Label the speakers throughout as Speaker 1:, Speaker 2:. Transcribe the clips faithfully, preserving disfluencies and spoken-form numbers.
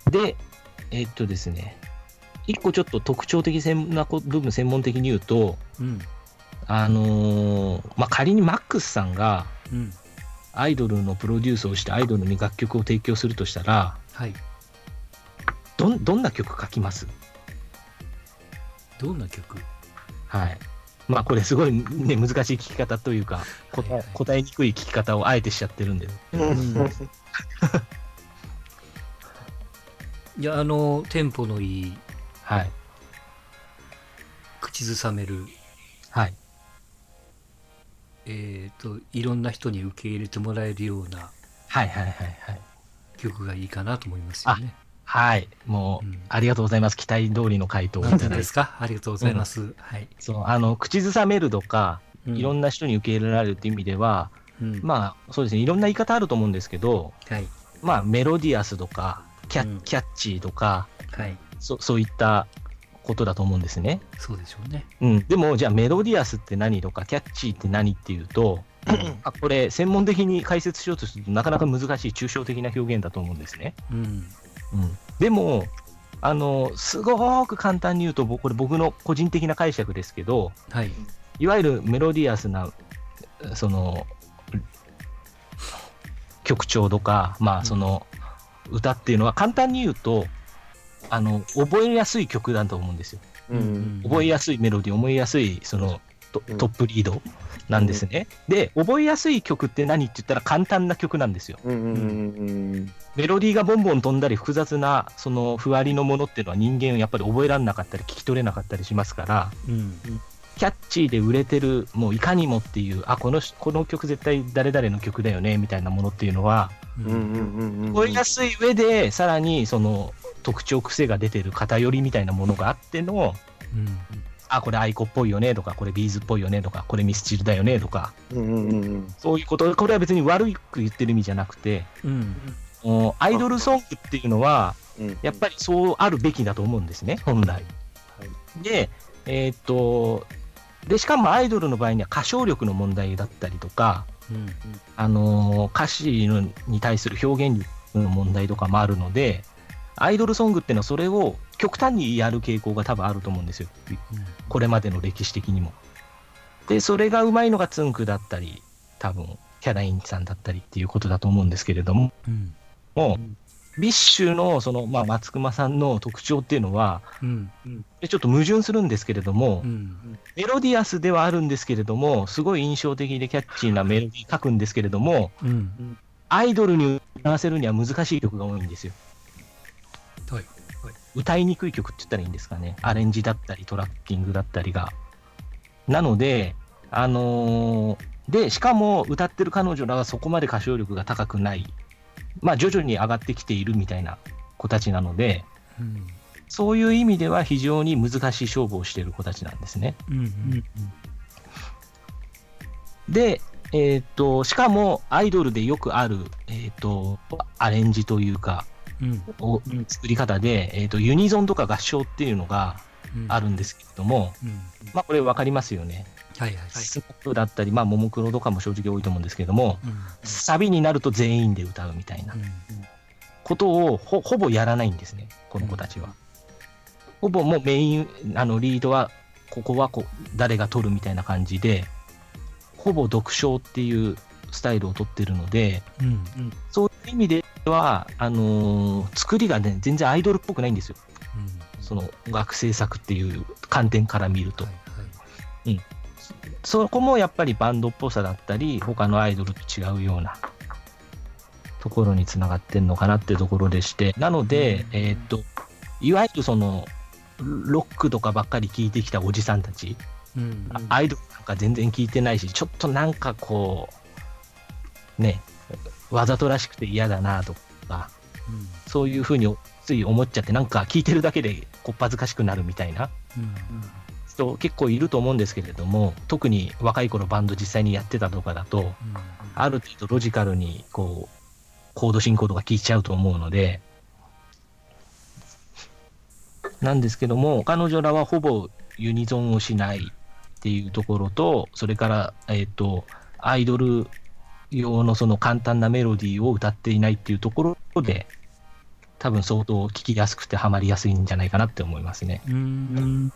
Speaker 1: で、えーっとですね、一個ちょっと特徴的な部分、専門的に言うと、
Speaker 2: うん、
Speaker 1: あのーまあ、仮にマックスさんが
Speaker 2: うん、
Speaker 1: アイドルのプロデュースをしてアイドルに楽曲を提供するとしたら、
Speaker 2: はい。
Speaker 1: どん、どんな曲書きます？
Speaker 2: どんな曲？
Speaker 1: はい。まあこれすごいね、難しい聞き方というか、答え、
Speaker 2: はいはい
Speaker 1: 答えにくい聞き方をあえてしちゃってるんで。
Speaker 2: うんいや、あの、テンポのいい、
Speaker 1: はい。
Speaker 2: 口ずさめる、
Speaker 1: はい。
Speaker 2: えっと、いろんな人に受け入れてもらえるような
Speaker 1: はいはいはいはい。
Speaker 2: 曲がいいかなと思いますよね。
Speaker 1: はい。もう、
Speaker 2: うん
Speaker 1: ありがとうございます。期待通りの回答をい
Speaker 2: なん
Speaker 1: ただいて。
Speaker 2: ですか？ありがとうございます。はい。
Speaker 1: そう、あの、口ずさめるとか、
Speaker 2: うん
Speaker 1: いろんな人に受け入れられるっていう意味では、
Speaker 2: うん
Speaker 1: まあ、そうですね、いろんな言い方あると思うんですけど、
Speaker 2: はい。
Speaker 1: まあ、メロディアスとか、キャ
Speaker 2: うん
Speaker 1: ッキャッチーとか、
Speaker 2: はい。
Speaker 1: そそういったことだと思うんですね。
Speaker 2: そうでしょうね。
Speaker 1: うん。でも、じゃあ、メロディアスって何とか、キャッチーって何っていうと、あこれ、専門的に解説しようとするとなかなか難しい抽象的な表現だと思うんですね。
Speaker 2: うん。
Speaker 1: うん。でも、あの、すごく簡単に言うと、ぼこれ僕の個人的な解釈ですけど、
Speaker 2: はい。
Speaker 1: いわゆるメロディアスな、その、曲調とか、まあ、その、歌っていうのは簡単に言うと、あの、覚えやすい曲だと思うんですよ。
Speaker 3: うん
Speaker 1: 覚えやすいメロディー、覚えやすい、その、ト
Speaker 3: うん
Speaker 1: トップリードなんですね。で、覚えやすい曲って何って言ったら簡単な曲なんですよ。
Speaker 3: うんうんうん
Speaker 1: メロディーがボンボン飛んだり複雑な、その、ふわりのものっていうのは人間やっぱり覚えられなかったり聞き取れなかったりしますから、
Speaker 2: うん。
Speaker 1: キャッチーで売れてる、もういかにもっていう、あ、この、この曲絶対誰々の曲だよね、みたいなものっていうのは、
Speaker 2: うん。
Speaker 3: うんうんうんうん
Speaker 1: 覚えやすい上で、さらにその特徴癖が出てる偏りみたいなものがあっての、
Speaker 2: うん。
Speaker 1: あ、これアイコっぽいよねとか、これビーズっぽいよねとか、これミスチルだよねとか、
Speaker 3: うんうんうん
Speaker 1: そういうこと、これは別に悪く言ってる意味じゃなくて、
Speaker 2: うん。
Speaker 1: もうアイドルソングっていうのは、
Speaker 3: うん
Speaker 1: やっぱりそうあるべきだと思うんですね、本来。で、えーっと、で、しかもアイドルの場合には歌唱力の問題だったりとか、
Speaker 2: うん。
Speaker 1: あのー歌詞のに対する表現力の問題とかもあるので、アイドルソングっていうのはそれを極端にやる傾向が多分あると思うんですよ。これまでの歴史的にも。で、それがうまいのがつんくだったり、多分キャラインさんだったりっていうことだと思うんですけれども、
Speaker 2: うん。
Speaker 1: もうビッシュのその、まあ、松隈さんの特徴っていうのは、
Speaker 2: うん。
Speaker 1: でちょっと矛盾するんですけれども、
Speaker 2: うん。
Speaker 1: メロディアスではあるんですけれども、すごい印象的でキャッチーなメロディー書くんですけれども、
Speaker 2: うん。
Speaker 1: アイドルに歌わせるには難しい曲が多いんですよ。
Speaker 2: はい。
Speaker 1: 歌いにくい曲って言ったらいいんですかね。アレンジだったり、トラッキングだったりが。なので、あのーで、しかも歌ってる彼女らはそこまで歌唱力が高くない。まあ、徐々に上がってきているみたいな子たちなので、
Speaker 2: うん。
Speaker 1: そういう意味では非常に難しい勝負をしている子たちなんですね。
Speaker 2: うん。
Speaker 1: で、えーっと、しかもアイドルでよくある、えーっと、アレンジというか、
Speaker 2: うん。
Speaker 1: お作り方で、えーっと、ユニゾンとか合唱っていうのがあるんですけれども、
Speaker 2: うん。
Speaker 1: まあ、これ分かりますよね。
Speaker 2: はいはい。
Speaker 1: スナップだったり、まあ、ももクロとかも正直多いと思うんですけれども、
Speaker 2: うん。
Speaker 1: サビになると全員で歌うみたいなことをほほぼやらないんですね、この子たちは。ほぼもうメイン、あのリードは、ここはこう誰が取るみたいな感じで、ほぼ独唱っていうスタイルを取ってるので、
Speaker 2: うん。
Speaker 1: そういう意味では、あのー作りがね、全然アイドルっぽくないんですよ。その学生作っていう観点から見ると。
Speaker 2: はいはい。
Speaker 1: そこもやっぱりバンドっぽさだったり、他のアイドルと違うようなところにつながってんのかなってところでして、なので、
Speaker 2: うん
Speaker 1: えーっと、いわゆるその、ロックとかばっかり聴いてきたおじさんたち、
Speaker 2: うん。
Speaker 1: あアイドルなんか全然聴いてないし、ちょっとなんかこう、ね、わざとらしくて嫌だなとか、そういうふうについ思っちゃって、なんか聴いてるだけでこっぱずかしくなるみたいな
Speaker 2: うん。
Speaker 1: 人結構いると思うんですけれども、特に若い頃バンド実際にやってたとかだと、ある程度ロジカルにこうコード進行とか聞いちゃうと思うので、なんですけども、彼女らはほぼユニゾンをしないっていうところと、それから、えっと、アイドル用のその簡単なメロディーを歌っていないっていうところで、 多分相当聴きやすくてハマりやすいんじゃないかなって思いますね。
Speaker 2: うーん。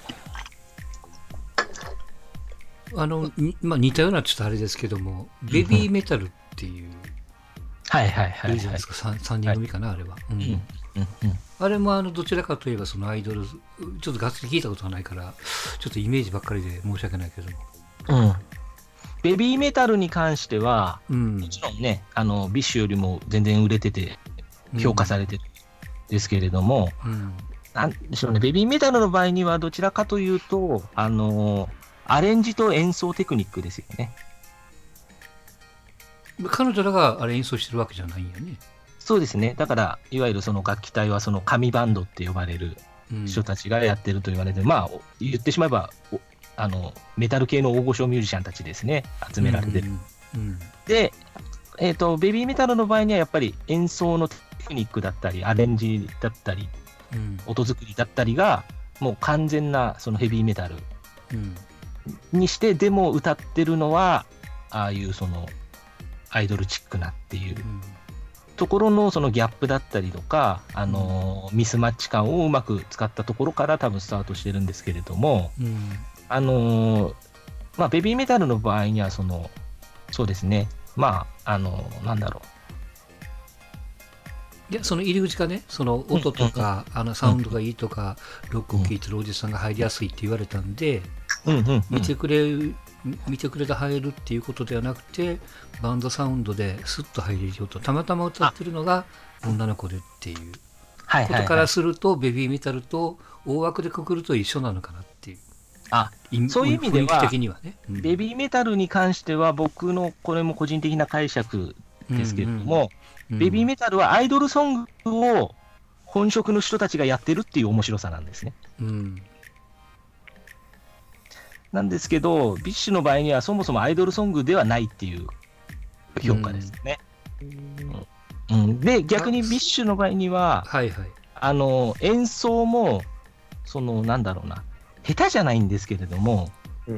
Speaker 2: あの、にまあ、似たようなちょっとあれですけども、ベビーメタルっていう、
Speaker 1: はいはいはい、はい。
Speaker 2: いいじゃないですか、さん, 三人組かな、あれは。うん
Speaker 1: うんうんうん、
Speaker 2: あれもあのどちらかといえばそのアイドル、ちょっとがっつり聞いたことがないから、ちょっとイメージばっかりで申し訳ないけども。
Speaker 1: うん。ベビーメタルに関しては、
Speaker 2: うん、
Speaker 1: もちろんね、あのビッシュよりも全然売れてて、評価されてるんですけれども、
Speaker 2: うん、
Speaker 1: なんでしょうね、ベビーメタルの場合には、どちらかというと、あのアレンジと演奏テクニックですよね。
Speaker 2: 彼女らがあれ演奏してるわけじゃないんやね。
Speaker 1: そうですね、だから、いわゆるその楽器隊は、その神バンドって呼ばれる人たちがやってると言われて、うん、まあ、言ってしまえば、あのメタル系の大御所ミュージシャンたちですね、集められてる。うんうん、で、えーと、ベビーメタルの場合には、やっぱり演奏のテクニックだったり、アレンジだったり、うん、音作りだったりが、もう完全なそのヘビーメタルにして、でも歌ってるのは、ああいうそのアイドルチックなっていう。うんところのそのギャップだったりとか、あのー、ミスマッチ感をうまく使ったところから多分スタートしてるんですけれども、うん、あのー、まあ、ベビーメタルの場合にはその、そうですね、まあ、あのー、なんだろ
Speaker 2: う。いや、その入り口がね、その音とか、うんうん、あのサウンドがいいとか、うん、ロックを聴いてるおじさんが入りやすいって言われたんで、うんうんうん、見てくれる、見てくれて入るっていうことではなくて、バンドサウンドでスッと入れるよと、たまたま歌ってるのが女の子でっていうことからすると、ベビーメタルと大枠でくくると一緒なのかなっていう。
Speaker 1: あ、そういう意味では、
Speaker 2: 的にはね、
Speaker 1: うん、ベビーメタルに関しては僕のこれも個人的な解釈ですけれども、うんうん、ベビーメタルはアイドルソングを本職の人たちがやってるっていう面白さなんですね。うんなんですけど、ビッシュの場合にはそもそもアイドルソングではないっていう評価ですね。うんうん、で、逆にビッシュの場合には、
Speaker 2: はいはい、
Speaker 1: あの演奏も、そのなんだろうな、下手じゃないんですけれども、うん、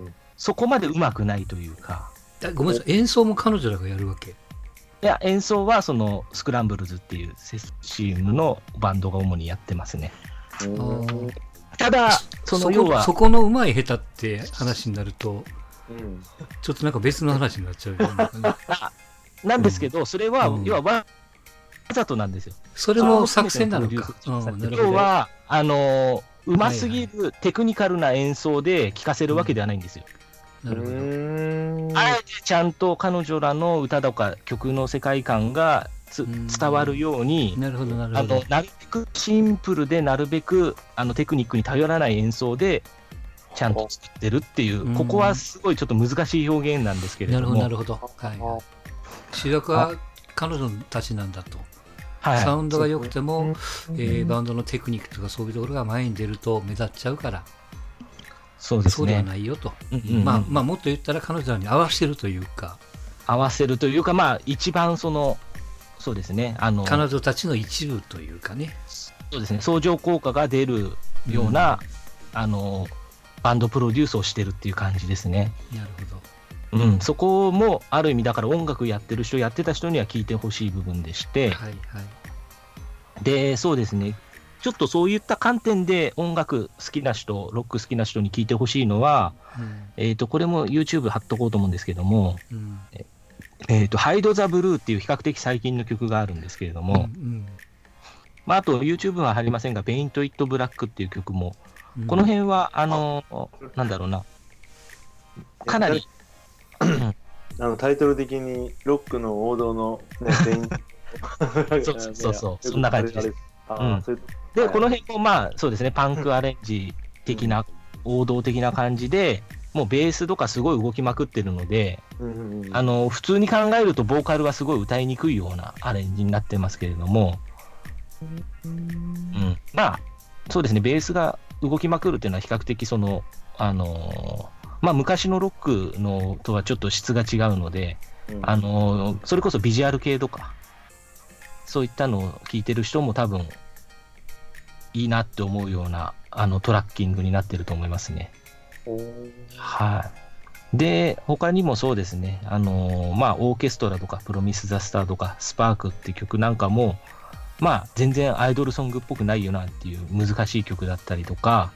Speaker 1: そこまで上手くないというか。
Speaker 2: ごめんなさい、演奏も彼女らがやるわけ？
Speaker 1: いや、演奏はそのスクランブルズっていうセシームのバンドが主にやってますね。ただ、その要は
Speaker 2: そこのうまい下手って話になると、うん、ちょっとなんか別の話になっちゃうよね。
Speaker 1: なんですけど、うん、それは、うん、要はわざとなんですよ。
Speaker 2: それも作戦なのか。
Speaker 1: 要は、あのー、うますぎるテクニカルな演奏で聴かせるわけではないんですよ。
Speaker 2: うん、なるほ
Speaker 1: ど。あえてちゃんと彼女らの歌とか曲の世界観が伝わるように、
Speaker 2: なるほどなるほど。
Speaker 1: あのなるべくシンプルで、なるべくあのテクニックに頼らない演奏でちゃんと作ってるっていう、ここはすごいちょっと難しい表現なんですけれども。
Speaker 2: なるほどなるほど。はいはい、主役は彼女たちなんだと。はい、サウンドが良くても、えー、バンドのテクニックとかそういうところが前に出ると目立っちゃうから。
Speaker 1: そうですね。
Speaker 2: そうではないよと。うんうんうん、まあまあもっと言ったら彼女らに合わせるというか。
Speaker 1: 合わせるというか、まあ一番その。そうですね、あの
Speaker 2: 彼女たちの一部というかね、
Speaker 1: そうですね、相乗効果が出るような、うん、あのバンドプロデュースをしてるっていう感じですね。
Speaker 2: なるほど、
Speaker 1: うん、そこもある意味だから音楽やってる人やってた人には聞いてほしい部分でして、はいはい、でそうですね、ちょっとそういった観点で音楽好きな人、ロック好きな人に聞いてほしいのは、うん、えーとこれも YouTube 貼っとこうと思うんですけども、うんえーと、ハイド・ザ・ブルーっていう比較的最近の曲があるんですけれども、うんうんまあ、あと YouTube は貼りませんが、ペイント・イット・ブラックっていう曲も、うん、この辺は、あの、なんだろうな、かなり、
Speaker 3: あのタイトル的にロックの王道の、ね、ペイント
Speaker 1: そうそうそう、そんな感じです。うん、で、この辺もまあ、そうですね、パンクアレンジ的な、王道的な感じで、もうベースとかすごい動きまくってるので、うんうん、あの普通に考えるとボーカルはすごい歌いにくいようなアレンジになってますけれども、うん、まあそうですね、ベースが動きまくるっていうのは比較的その、あのーまあ、昔のロックのとはちょっと質が違うので、うんあのー、それこそビジュアル系とかそういったのを聴いてる人も多分いいなって思うようなあのトラッキングになってると思いますね。はい、で他にもそうですね、あのーまあ、オーケストラとかプロミス・ザ・スターとかスパークって曲なんかも、 まあ全然アイドルソングっぽくないよなっていう難しい曲だったりとか、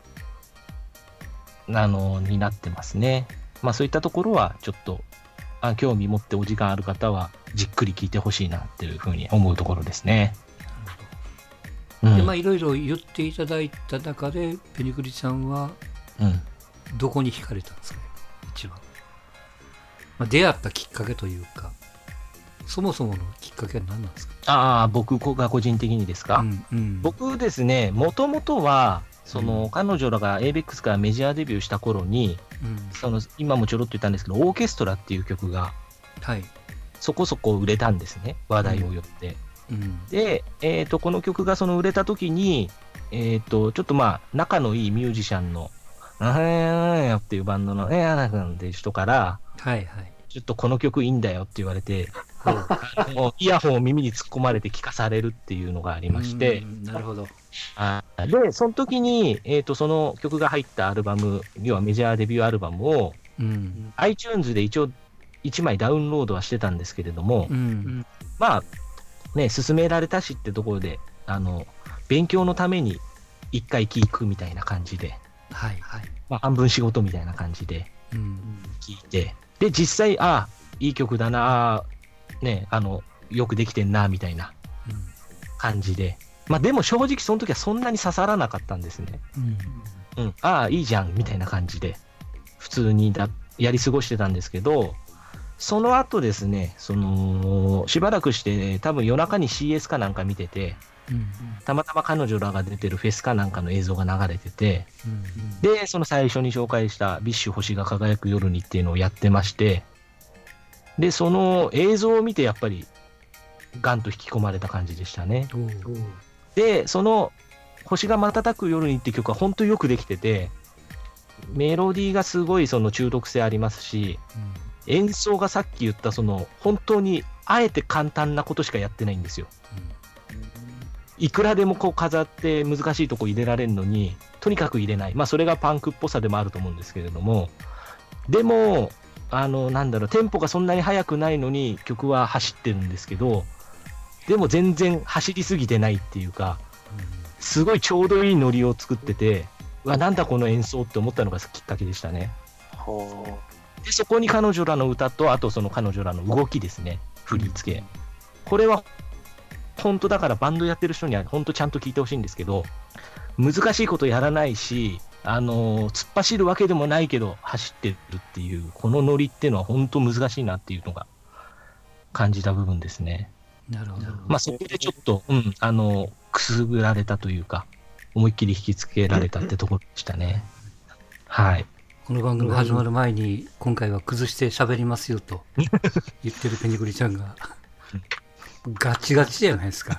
Speaker 1: あの、になってますね。まあそういったところはちょっと、あ興味持ってお時間ある方はじっくり聞いてほしいなっていうふうに思うところですね。
Speaker 2: うん、でまあいろいろ言っていただいた中でペニクリちゃんはどこに惹かれたんですかね、一番、まあ、出会ったきっかけというか、そもそものきっかけは何なんですか。
Speaker 1: ああ、僕が個人的にですか。
Speaker 2: うんうん、
Speaker 1: 僕ですね、もともとはその、うん、彼女らが エイベックス からメジャーデビューした頃に、うん、その今もちょろっと言ったんですけど、オーケストラっていう曲がそこそこ売れたんですね、話題を呼って。うん、で、えーと、この曲がその売れた時に、えーと、ちょっとまあ仲のいいミュージシャンのあーやっていうバンドのえーな君っていう人から、
Speaker 2: はいはい、
Speaker 1: ちょっとこの曲いいんだよって言われて、もうイヤホンを耳に突っ込まれて聞かされるっていうのがありまして、
Speaker 2: なるほど。
Speaker 1: あで、その時に、えーと、その曲が入ったアルバム、要はメジャーデビューアルバムを、うん、iTunes で一応いちまいダウンロードはしてたんですけれども、うん、まあね、勧められたしってところで、あの勉強のために一回聞くみたいな感じで、はいはいまあ、半分仕事みたいな感じで聞いて、うん、で実際ああいい曲だな、ね、あのよくできてんなみたいな感じで、まあ、でも正直その時はそんなに刺さらなかったんですね、うんうん、ああいいじゃんみたいな感じで普通にだやり過ごしてたんですけど、その後ですね、そのしばらくして多分夜中に シーエス かなんか見てて、うんうん、たまたま彼女らが出てるフェスかなんかの映像が流れてて、うんうん、でその最初に紹介したビッシュ星が輝く夜にっていうのをやってまして、でその映像を見てやっぱりガンと引き込まれた感じでしたね。でその星が瞬く夜にって曲は本当によくできてて、メロディーがすごいその中毒性ありますし、うん演奏がさっき言ったその本当にあえて簡単なことしかやってないんですよ、うん、いくらでもこう飾って難しいとこ入れられるのにとにかく入れない、まあそれがパンクっぽさでもあると思うんですけれども、でもあのなんだろうテンポがそんなに速くないのに曲は走ってるんですけど、でも全然走りすぎてないっていうか、すごいちょうどいいノリを作ってて、うわなんだこの演奏って思ったのがきっかけでしたね。はあ。でそこに彼女らの歌とあとその彼女らの動きですね、振り付け、うん、これは本当だからバンドやってる人には本当ちゃんと聞いてほしいんですけど、難しいことやらないし、あのー、突っ走るわけでもないけど走ってるっていうこのノリっていうのは本当難しいなっていうのが感じた部分ですね。
Speaker 2: なるほど。
Speaker 1: まあそこでちょっと、うん、あのー、くすぐられたというか思いっきり引きつけられたってところでしたね。はい。
Speaker 2: この番組始まる前に今回は崩して喋りますよと言ってるペニクリちゃんがガチガチじゃないですか。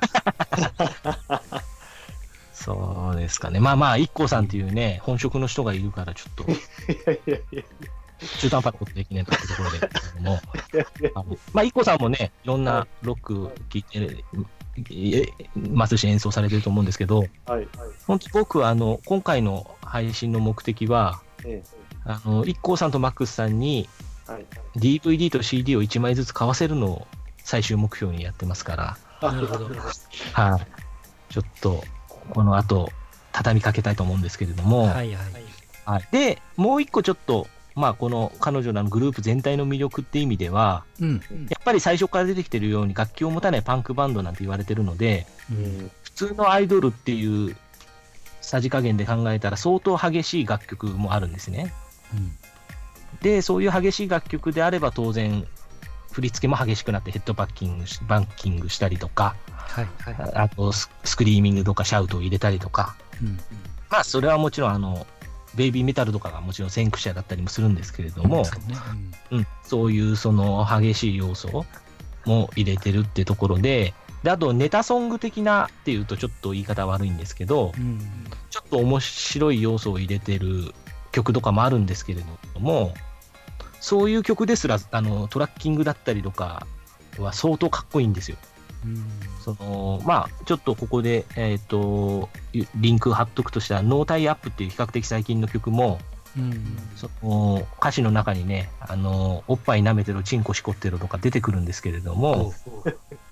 Speaker 1: そうですかね。まあまあ アイキーオー さんっていうね本職の人がいるからちょっと中途半端なことできないというところでもあまあ アイキーオー さんもねいろんなロック聴いてますし演奏されてると思うんですけど、はいはい、本当僕はあの今回の配信の目的は、ええあの アイキーオー さんとマックスさんに ディーブイディー と シーディー をいちまいずつ買わせるのを最終目標にやってますから、なるほど、はい、ちょっとこの後畳みかけたいと思うんですけれども、はいはいはい、でもう一個ちょっとまあこの彼女らのグループ全体の魅力って意味では、うん、やっぱり最初から出てきてるように楽器を持たないパンクバンドなんて言われてるので、うん、普通のアイドルっていうさじ加減で考えたら相当激しい楽曲もあるんですね。うん、でそういう激しい楽曲であれば当然振り付けも激しくなってヘッドバッキングバンキングしたりとか、はいはい、あと ス, スクリーミングとかシャウトを入れたりとか、うんうん、まあそれはもちろんあのベイビーメタルとかがもちろん先駆者だったりもするんですけれども、うんうん、そういうその激しい要素も入れてるってところで、であとネタソング的なっていうとちょっと言い方悪いんですけど、うん、ちょっと面白い要素を入れてる曲とかもあるんですけれども、そういう曲ですらあのトラッキングだったりとかは相当かっこいいんですよ。うん、そのまあちょっとここで、えー、とリンク貼っとくとしたらノータイアップっていう比較的最近の曲も、うん、その歌詞の中にねあのおっぱい舐めてろチンコしこってろとか出てくるんですけれども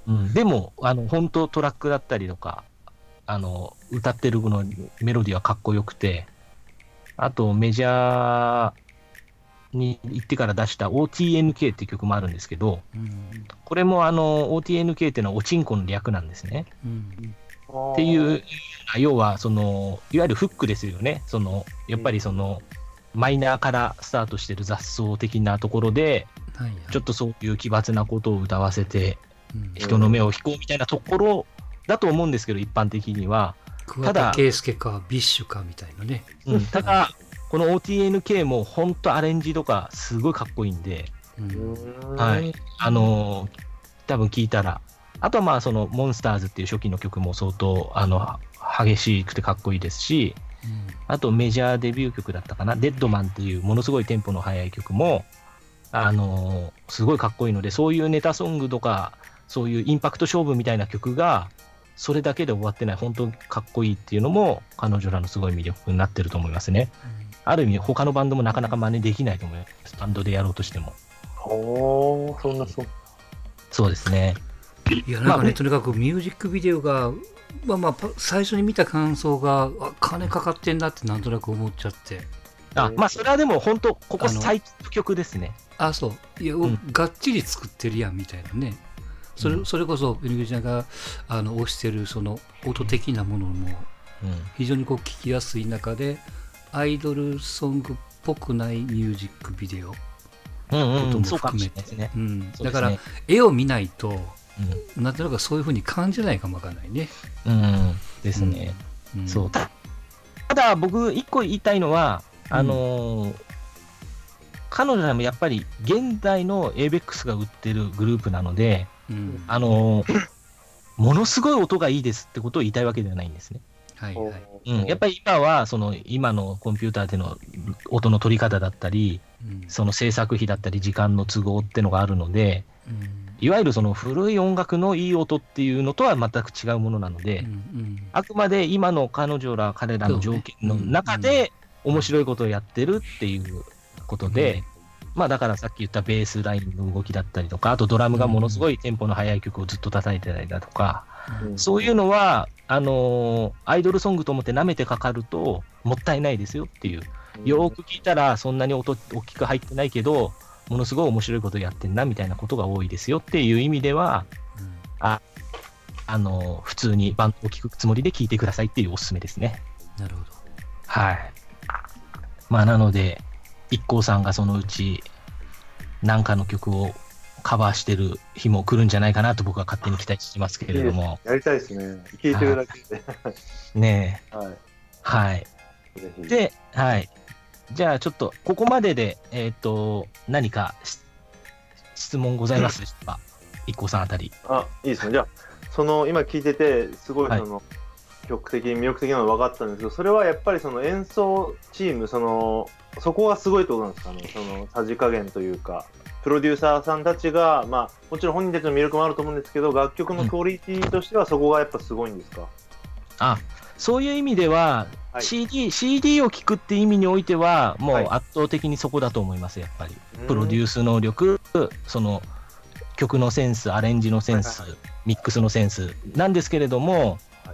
Speaker 1: うん、でもあの本当トラックだったりとかあの歌ってるこのメロディーはかっこよくて、あとメジャーに行ってから出した オーティーエヌケー っていう曲もあるんですけど、うん、これもあの オーティーエヌケー っていうのはおちんこの略なんですね。うん、っていう要はそのいわゆるフックですよね。そのやっぱりそのマイナーからスタートしてる雑草的なところで、はいはい、ちょっとそういう奇抜なことを歌わせて、うん、人の目を引こうみたいなところだと思うんですけど、一般的には
Speaker 2: 桑田佳祐かビッシュかみたいなね、
Speaker 1: うん、ただこの オーティーエヌケー も本当アレンジとかすごいかっこいいんで、うん、はい、あの多分聞いたら、あとはまあそのモンスターズっていう初期の曲も相当あの激しくてかっこいいですし、うん、あとメジャーデビュー曲だったかな、デッドマンっていうものすごいテンポの速い曲もあのすごいかっこいいので、そういうネタソングとかそういうインパクト勝負みたいな曲がそれだけで終わってない、本当にかっこいいっていうのも彼女らのすごい魅力になってると思いますね。うん、ある意味他のバンドもなかなか真似できないと思います。バンドでやろうとしても。
Speaker 3: おー、そんなそう。
Speaker 1: そうですね。
Speaker 2: いやなんかね、まあ、とにかくミュージックビデオが、まあまあ最初に見た感想があ金かかってんなってなんとなく思っちゃって。
Speaker 1: あ、まあそれはでも本当ここ最曲ですね。
Speaker 2: あ、そう。いや、うん、がっちり作ってるやんみたいなね。それ、うん、それこそベニグちゃんがあの推してるその音的なものも非常にこう聞きやすい中で、アイドルソングっぽくないミュージックビデオことも含めて、だから絵を見ないと、うん、なんとなくそういう風に感じないかもわからないね。
Speaker 1: うん、ですね。うん、そう。ただ僕一個言いたいのは、あのーうん、彼女らもやっぱり現代の エーベックス が売ってるグループなので、うん、あのー、ものすごい音がいいですってことを言いたいわけではないんですね。はいはい、うん、やっぱり今はその今のコンピューターでの音の取り方だったり、うん、その制作費だったり時間の都合ってのがあるので、うん、いわゆるその古い音楽のいい音っていうのとは全く違うものなので、うんうん、あくまで今の彼女ら彼らの条件の中で面白いことをやってるっていうことで、うんうん、まあだからさっき言ったベースラインの動きだったりとか、あとドラムがものすごいテンポの速い曲をずっと叩いてたりだとか、うん、そういうのはあのー、アイドルソングと思って舐めてかかるともったいないですよっていう、よく聞いたらそんなに音大きく入ってないけどものすごい面白いことやってんなみたいなことが多いですよっていう意味では、うん、あ、あのー、普通にバンドを聴くつもりで聴いてくださいっていうおすすめですね。
Speaker 2: なるほど。
Speaker 1: はい。まあなのでIKKOさんがそのうち何かの曲をカバーしてる日も来るんじゃないかなと僕は勝手に期待してますけれども。
Speaker 3: やりたいですね。聞いてるだけで。
Speaker 1: ねえ。はい。はい。で、はい。じゃあちょっとここまでで、えっと、何か質問ございますでしょうか、IKKOさんあたり。
Speaker 3: あ、いいですね。じゃあ、その今聞いてて、すごいその、はい、曲的に魅力的なの分かったんですけど、それはやっぱりその演奏チーム、その、そこがすごいってことなんですかね。そのさじ加減というか。プロデューサーさんたちが、まあ、もちろん本人たちの魅力もあると思うんですけど、楽曲のクオリティとしてはそこがやっぱすごいんですか？うん、
Speaker 1: あ、そういう意味では、はい、シーディー、シーディー を聴くって意味においてはもう圧倒的にそこだと思います。やっぱりプロデュース能力、その曲のセンス、アレンジのセンス、はいはい、ミックスのセンスなんですけれども、はい、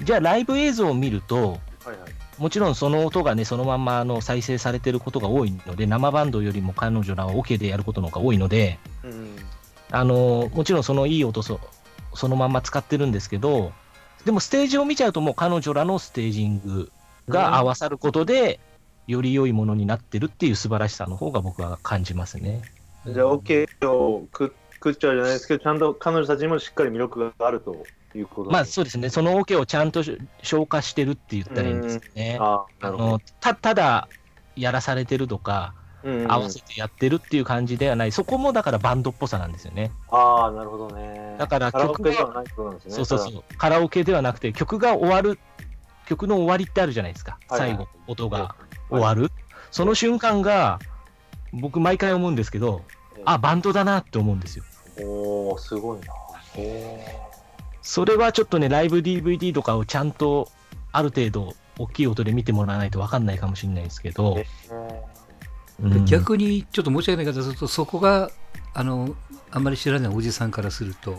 Speaker 1: じゃあライブ映像を見ると、はいはい、もちろんその音がねそのまんまあの再生されてることが多いので、生バンドよりも彼女らはオケでやることの方が多いので、うん、あのもちろんそのいい音 そ, そのまんま使ってるんですけど、でもステージを見ちゃうともう彼女らのステージングが合わさることで、うん、より良いものになってるっていう素晴らしさの方が僕は感じますね。
Speaker 3: じゃあオケを食っちゃうじゃないですけど、ちゃんと彼女たちにもしっかり魅力があるということ。
Speaker 1: まあそうですね、そのオケをちゃんと消化してるって言ったらいいんですね。ああの た, ただやらされてるとか、うんうん、合わせてやってるっていう感じではない、そこもだからバンドっぽさなんですよね。
Speaker 3: ああ、なるほどね。
Speaker 1: だから曲がカラオケではないってことなんですね。そうそうそう、カラオケではなくて曲が終わる、曲の終わりってあるじゃないですか、はいはい、最後音が終わる、はい、その瞬間が僕毎回思うんですけど、えー、あ、バンドだなって思うんですよ。
Speaker 3: おー、すごいな。へー。
Speaker 1: それはちょっとね、ライブ ディーブイディー とかをちゃんとある程度大きい音で見てもらわないと分かんないかもしれないですけど、
Speaker 2: うん、逆にちょっと申し訳ない方すると、そこがあのあんまり知らないおじさんからすると、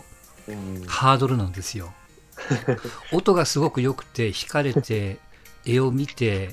Speaker 2: ハードルなんですよ。音がすごく良くて惹かれて絵を見て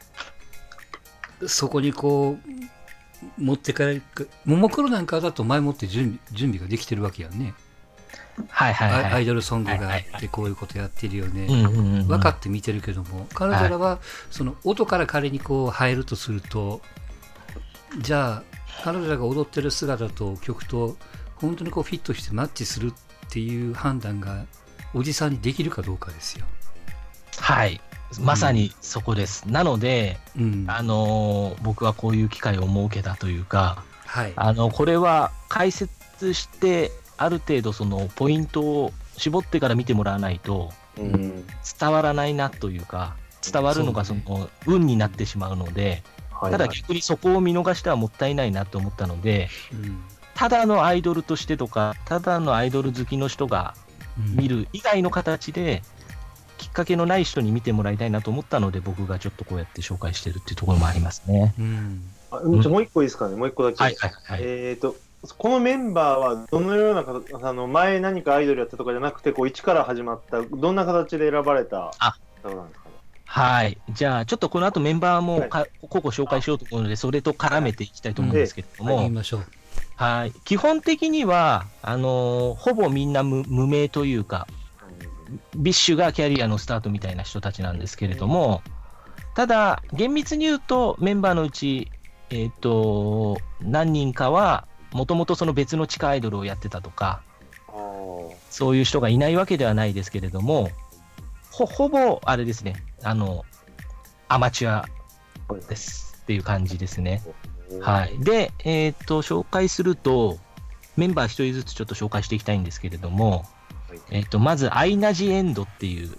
Speaker 2: そこにこう持ってかれる。ももクロなんかだと前もって準備準備ができてるわけやね。
Speaker 1: はいはいはい、
Speaker 2: アイドルソングがあってこういうことやってるよね、
Speaker 1: うんうんうんうん、
Speaker 2: 分かって見てるけども、彼女らはその音から彼にこう入るとすると、じゃあ彼女らが踊ってる姿と曲と本当にこうフィットしてマッチするっていう判断がおじさんにできるかどうかですよ。
Speaker 1: はい、まさにそこです、うん、なので、うん、あのー、僕はこういう機会を設けたというか、はい、あのこれは解説してある程度そのポイントを絞ってから見てもらわないと伝わらないなというか、伝わるのがその運になってしまうので、ただ逆にそこを見逃してはもったいないなと思ったので、ただのアイドルとしてとかただのアイドル好きの人が見る以外の形できっかけのない人に見てもらいたいなと思ったので、僕がちょっとこうやって紹介してるっていうところもありますね。うん、
Speaker 3: あもう一個いいですかね、もう一個だけ。はいはいはい、えーとこのメンバーはどのような形、あの前何かアイドルやったとかじゃなくて、こう一から始まったどんな形で選ばれた方なんですかね。
Speaker 1: はい、じゃあちょっとこの後メンバーもか、はい、個々紹介しようと思うので、それと絡めていきたいと思うんですけれども、
Speaker 2: はいはい、
Speaker 1: はい、基本的にはあのー、ほぼみんな 無, 無名というか、ビッシュがキャリアのスタートみたいな人たちなんですけれども、ただ厳密に言うとメンバーのうち、えーと、何人かはもともとその別の地下アイドルをやってたとか、そういう人がいないわけではないですけれども、 ほ, ほぼあれですね、あのアマチュアですっていう感じですね。はい、で、えーと、紹介するとメンバー一人ずつちょっと紹介していきたいんですけれども、えーと、まずアイナ・ジ・エンドっていう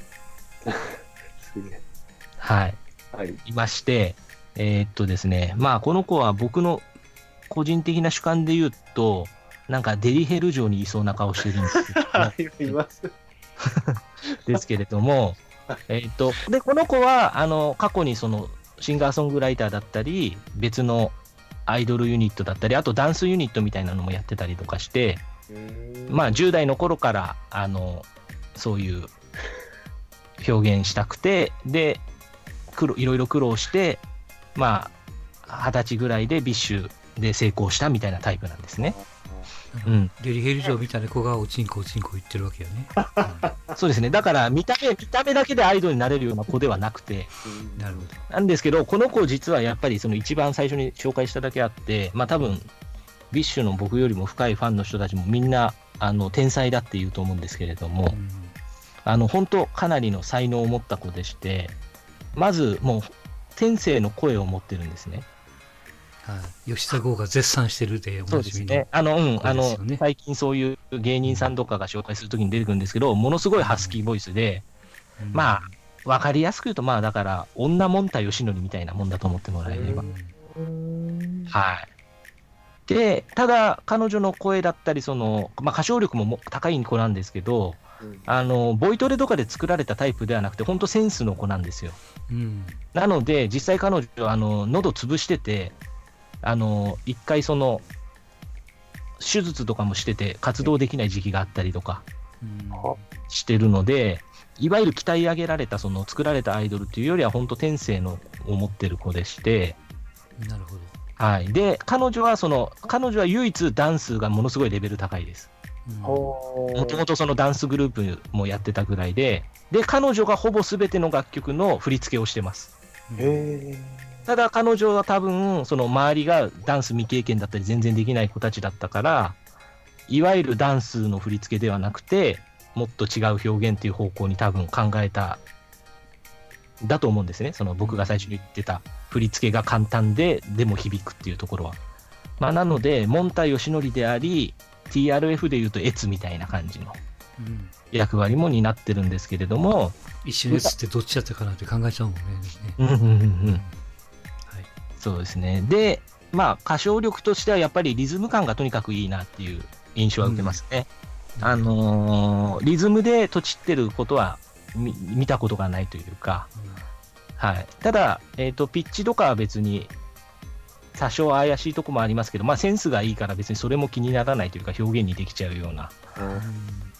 Speaker 1: はい、はい、いまして、えーっとですね、まあこの子は僕の個人的な主観で言うと、なんかデリヘル城にいそうな顔してるんですけど、いますですけれども、えーっとでこの子はあの過去にそのシンガーソングライターだったり、別のアイドルユニットだったり、あとダンスユニットみたいなのもやってたりとかして、まあじゅう代の頃からあのそういう表現したくて、で苦労いろいろ苦労して、まあはたちぐらいでビッシュで成功したみたいなタイプなんですね。
Speaker 2: うん、デリヘル城みたいな子がおちんこおちんこ言ってるわけよね。
Speaker 1: うん、そうですね。だから見た目見た目だけでアイドルになれるような子ではなくて、
Speaker 2: なるほど。
Speaker 1: なんですけど、この子実はやっぱりその一番最初に紹介しただけあって、まあ多分ビッシュの僕よりも深いファンの人たちもみんなあの天才だって言うと思うんですけれども、うん、あの本当かなりの才能を持った子でして、まずもう天性の声を持ってるんですね。
Speaker 2: はい、吉田剛が絶賛してるでおなじみの、ね、
Speaker 1: あの、うん、あの最近そういう芸人さんとかが紹介するときに出てくるんですけど、ものすごいハスキーボイスで、うん、まあ分かりやすく言うと、まあだから女もんたよしのりみたいなもんだと思ってもらえれば、うん、はい。でただ彼女の声だったりその、まあ、歌唱力も高い子なんですけど、うん、あのボイトレとかで作られたタイプではなくて本当センスの子なんですよ。うん、なので実際彼女あの喉潰してて、あの一回その手術とかもしてて活動できない時期があったりとかしてるので、いわゆる鍛え上げられたその作られたアイドルというよりは本当天性のを持ってる子でして。
Speaker 2: なるほど。
Speaker 1: はい、で彼女はその彼女は唯一ダンスがものすごいレベル高いです。もともとそのダンスグループもやってたぐらいで、で彼女がほぼ全ての楽曲の振り付けをしてます。へー。ただ彼女は多分その周りがダンス未経験だったり全然できない子たちだったから、いわゆるダンスの振り付けではなくてもっと違う表現っていう方向に多分考えただと思うんですね。その僕が最初に言ってた振り付けが簡単ででも響くっていうところは、まあ、なのでモンタヨシノリであり ティーアールエフ でいうとエツみたいな感じの役割も担ってるんですけれども、
Speaker 2: うん、一瞬エツってどっちだったかなって考えちゃうもんね。
Speaker 1: うんうんうんうん、はい、そうですね。でまあ歌唱力としてはやっぱりリズム感がとにかくいいなっていう印象は受けますね。うん、あのー、リズムでとちってることは見, 見たことがないというか、うん、はい、ただ、えーと、ピッチとかは別に多少怪しいとこもありますけど、まあ、センスがいいから別にそれも気にならないというか表現にできちゃうような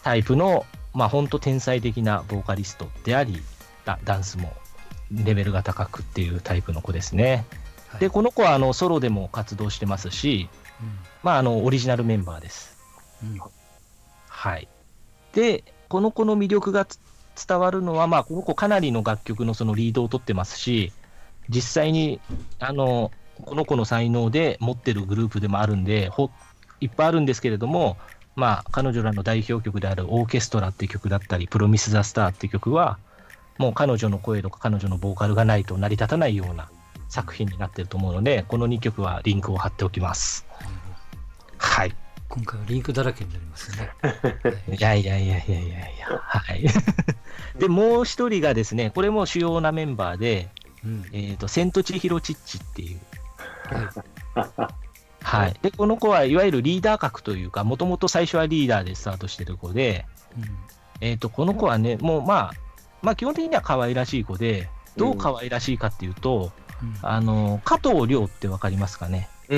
Speaker 1: タイプの、まあ本当天才的なボーカリストであり、ダダンスもレベルが高くっていうタイプの子ですね。はい、で、この子はあのソロでも活動してますし、うん、まああのオリジナルメンバーです。うん、はい。で、この子の魅力が伝わるのは、まあこの子かなりの楽曲のそのリードを取ってますし、実際にあのこの子の才能で持ってるグループでもあるんで、ほいっぱいあるんですけれども、まあ彼女らの代表曲であるオーケストラっていう曲だったり、プロミス・ザ・スターっていう曲は、もう彼女の声とか彼女のボーカルがないと成り立たないような作品になってると思うので、このにきょくはリンクを貼っておきます。はい。
Speaker 2: 今回はリンクだらけになりますね。
Speaker 1: はい、いやいやいやいやいやいや。はい。で、もう一人がですね、これも主要なメンバーで、うん、えっと、セントチヒロチッチっていう。はい。はい。で、この子はいわゆるリーダー格というか、もともと最初はリーダーでスタートしてる子で、うん、えっと、この子はね、もうまあ、まあ基本的には可愛らしい子で、どう可愛らしいかっていうと、うん、あの、加藤亮ってわかりますかね。うん。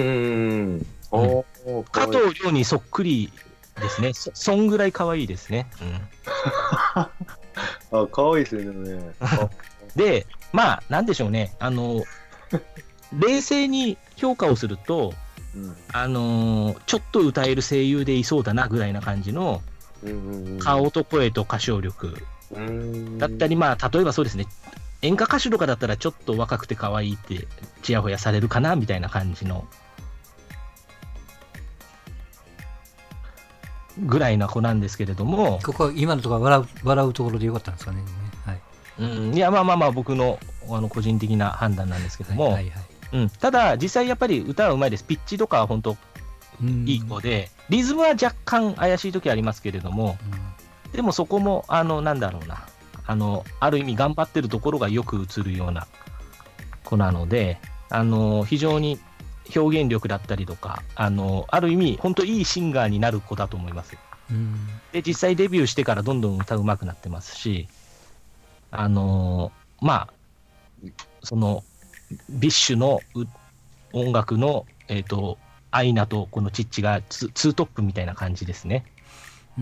Speaker 1: お加藤亮にそっくりですね。そ, そんぐらい可愛いですね。うん、
Speaker 3: あ、可愛いですよね。
Speaker 1: で、まあ、なんでしょうね。あの、冷静に評価をすると、うん、あのー、ちょっと歌える声優でいそうだなぐらいな感じの、顔と声と歌唱力だったり、まあ、例えばそうですね、演歌歌手とかだったらちょっと若くて可愛いってちやほやされるかなみたいな感じのぐらいな子なんですけれども、
Speaker 2: ここは今のところ笑う、笑うところでよかったんですかね。はい。
Speaker 1: うん、いや、まあまあまあ、僕のあの個人的な判断なんですけども、はいはいはい、うん、ただ、実際やっぱり歌はうまいです。ピッチとかは本当いい子で、リズムは若干怪しい時ありますけれども、うん、でもそこも、あの、なんだろうな、あの、ある意味頑張ってるところがよく映るような子なので、あの、非常に表現力だったりとか、あの、ある意味、本当いいシンガーになる子だと思います。うん、で、実際デビューしてからどんどん歌うまくなってますし、あの、まあ、その、ビッシュの音楽の、えっと、アイナとこのチッチがツートップみたいな感じですね。
Speaker 2: うん。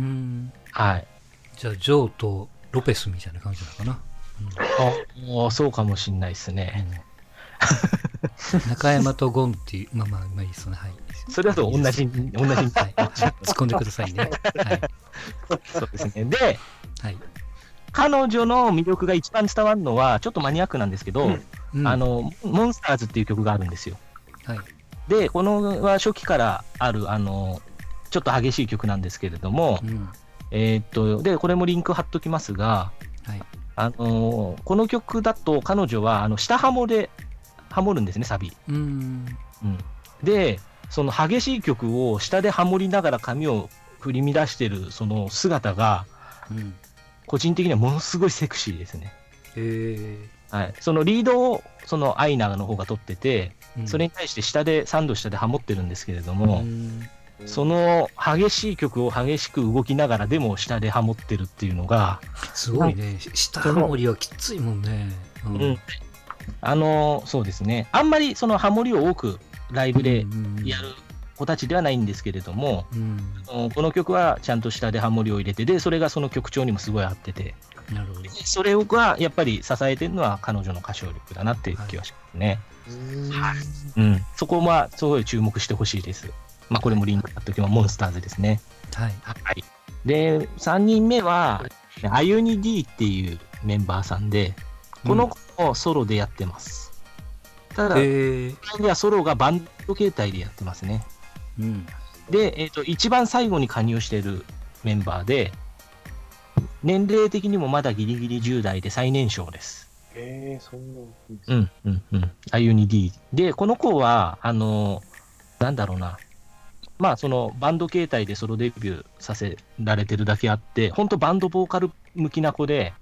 Speaker 1: はい。
Speaker 2: じゃあ、ジョーとロペスみたいな感じなのかな。
Speaker 1: うん、あ、そうかもしれないですね。
Speaker 2: うん、中山とゴンっていう、まあまあ、まあいいですね。はい。
Speaker 1: それだと同じ、同じ。はい、
Speaker 2: 突っ込んでくださいね。はい。
Speaker 1: そうですね。で、はい。彼女の魅力が一番伝わるのは、ちょっとマニアックなんですけど、うんうん、あの、モンスターズっていう曲があるんですよ。はい。で、このは初期からある、あの、ちょっと激しい曲なんですけれども、うん、えー、っと、で、これもリンク貼っときますが、はい。あの、この曲だと彼女は、あの、下ハモでハモるんですね、サビ。うん。うん。で、その激しい曲を下でハモりながら髪を振り乱してるその姿が、うん、個人的にはものすごいセクシーですね。へー。はい。そのリードをそのアイナの方が取ってて、うん、それに対して下でさんど下でハモってるんですけれども、うん、その激しい曲を激しく動きながらでも下でハモってるっていうのが
Speaker 2: すごいね。下ハモりはきついもんね。
Speaker 1: うん。うん、あのそうですね。あんまりそのハモりを多くライブでやる子たちではないんですけれども、うん、この曲はちゃんと下でハモリを入れて、でそれがその曲調にもすごい合ってて、なるほど。それがやっぱり支えてるのは彼女の歌唱力だなっていう気はしますね。はい。うん。そこはすごい注目してほしいです。まあこれもリンク貼っときもモンスターズですね。はい。はい。で、さんにんめは、あゆに D っていうメンバーさんで、この子もソロでやってます。ただ、えー、はソロがバンド形態でやってますね。うん、で、えーと、一番最後に加入しているメンバーで、年齢的にもまだギリギリじゅう代で最年少です。
Speaker 3: えー、そんな。
Speaker 1: うんうんうん。あゆに D。で、この子は、あの、なんだろうな。まあ、そのバンド形態でソロデビューさせられてるだけあって、本当バンドボーカル向きな子で、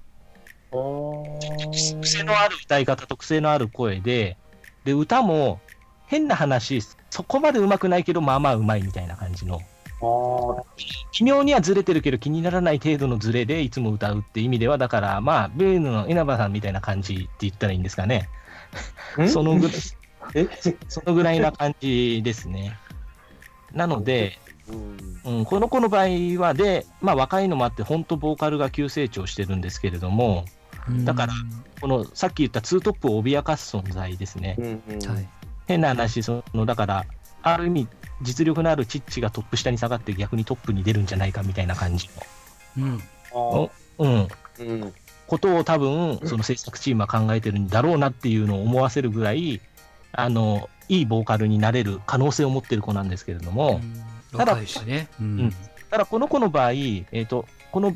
Speaker 1: 癖のある歌い方と癖のある声で、で、歌も変な話、そこまで上手くないけど、まあまあ上手いみたいな感じの。奇妙にはずれてるけど気にならない程度のずれでいつも歌うって意味では、だから、まあ、ベーヌの稲葉さんみたいな感じって言ったらいいんですかね。そのぐらい、そのぐらいな感じですね。なので、 うんうん、この子の場合はで、まあ、若いのもあって本当ボーカルが急成長してるんですけれども、だからこのさっき言ったツートップを脅かす存在ですね、うんうん、変な話そのだからある意味実力のあるチッチがトップ下に下がって逆にトップに出るんじゃないかみたいな感じの、うんうんうん、ことを多分その制作チームは考えてるんだろうなっていうのを思わせるぐらいあのいいボーカルになれる可能性を持ってる子なんですけれども、
Speaker 2: うん、ただ、ねうんうん、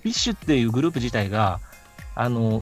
Speaker 1: ただこの子の場合、えーと、このビッシュっていうグループ自体があの